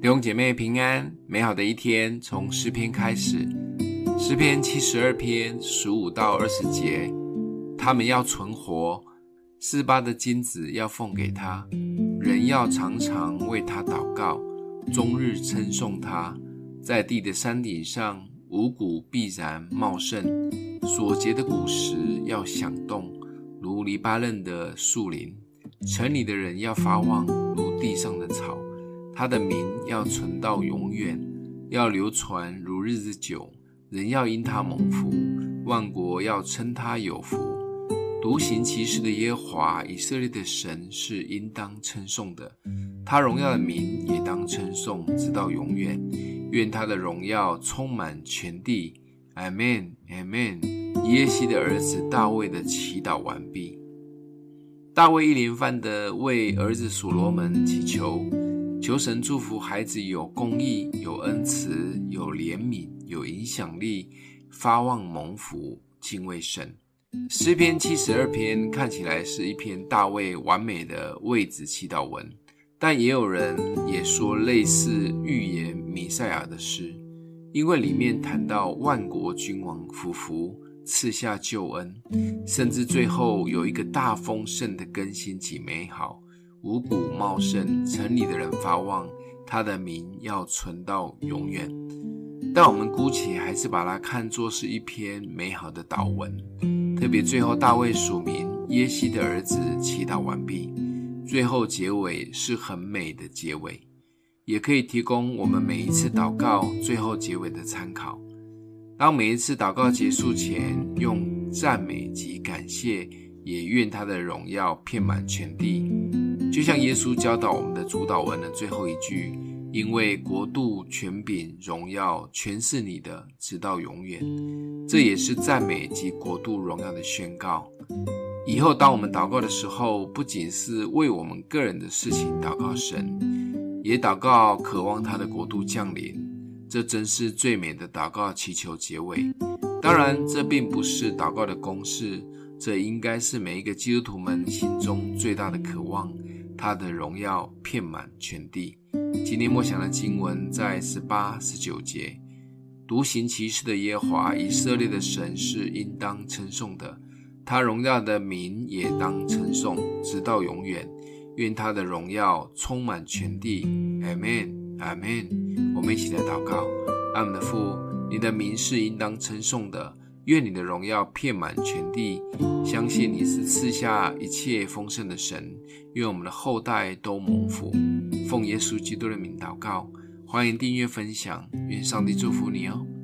弟兄姐妹平安，美好的一天从诗篇开始。诗篇72篇15到20节，他们要存活，48的金子要奉给他，人要常常为他祷告，终日称颂他。在地的山顶上，五谷必然茂盛，所结的果实要响动，如黎巴嫩的树林。城里的人要发旺，如地上的草。他的名要存到永远，要流传如日之久。人要因他蒙福，万国要称他有福。独行其事的耶和华以色列的神是应当称颂的，他荣耀的名也当称颂，直到永远。愿他的荣耀充满全地。阿们，阿们。耶西的儿子大卫的祈祷完毕。大卫一连番的为儿子所罗门祈求，求神祝福孩子有公义、有恩慈、有怜悯、有影响力，发望蒙福，敬畏神。诗篇72篇看起来是一篇大卫完美的为子祈祷文，但也有人也说类似预言弥赛亚的诗，因为里面谈到万国君王俯伏，赐下救恩，甚至最后有一个大丰盛的更新及美好，五谷茂盛，城里的人发旺，他的名要存到永远。但我们姑且还是把它看作是一篇美好的祷文，特别最后大卫署名耶西的儿子祈祷完毕，最后结尾是很美的结尾，也可以提供我们每一次祷告最后结尾的参考。当每一次祷告结束前，用赞美及感谢，也愿他的荣耀遍满全地。就像耶稣教导我们的主祷文的最后一句，因为国度、权柄、荣耀全是你的，直到永远。这也是赞美及国度荣耀的宣告。以后当我们祷告的时候，不仅是为我们个人的事情祷告神，也祷告渴望他的国度降临。这真是最美的祷告祈求结尾。当然，这并不是祷告的公式，这应该是每一个基督徒们心中最大的渴望，他的荣耀遍满全地。今天默想的经文在18、19节，独行其事的耶和华以色列的神是应当称颂的，他荣耀的名也当称颂，直到永远。愿他的荣耀充满全地。阿们，阿们。我们一起来祷告。爱我们的父，你的名是应当称颂的，愿你的荣耀遍满全地。相信你是赐下一切丰盛的神，愿我们的后代都蒙福。奉耶稣基督的名祷告，欢迎订阅分享，愿上帝祝福你哦。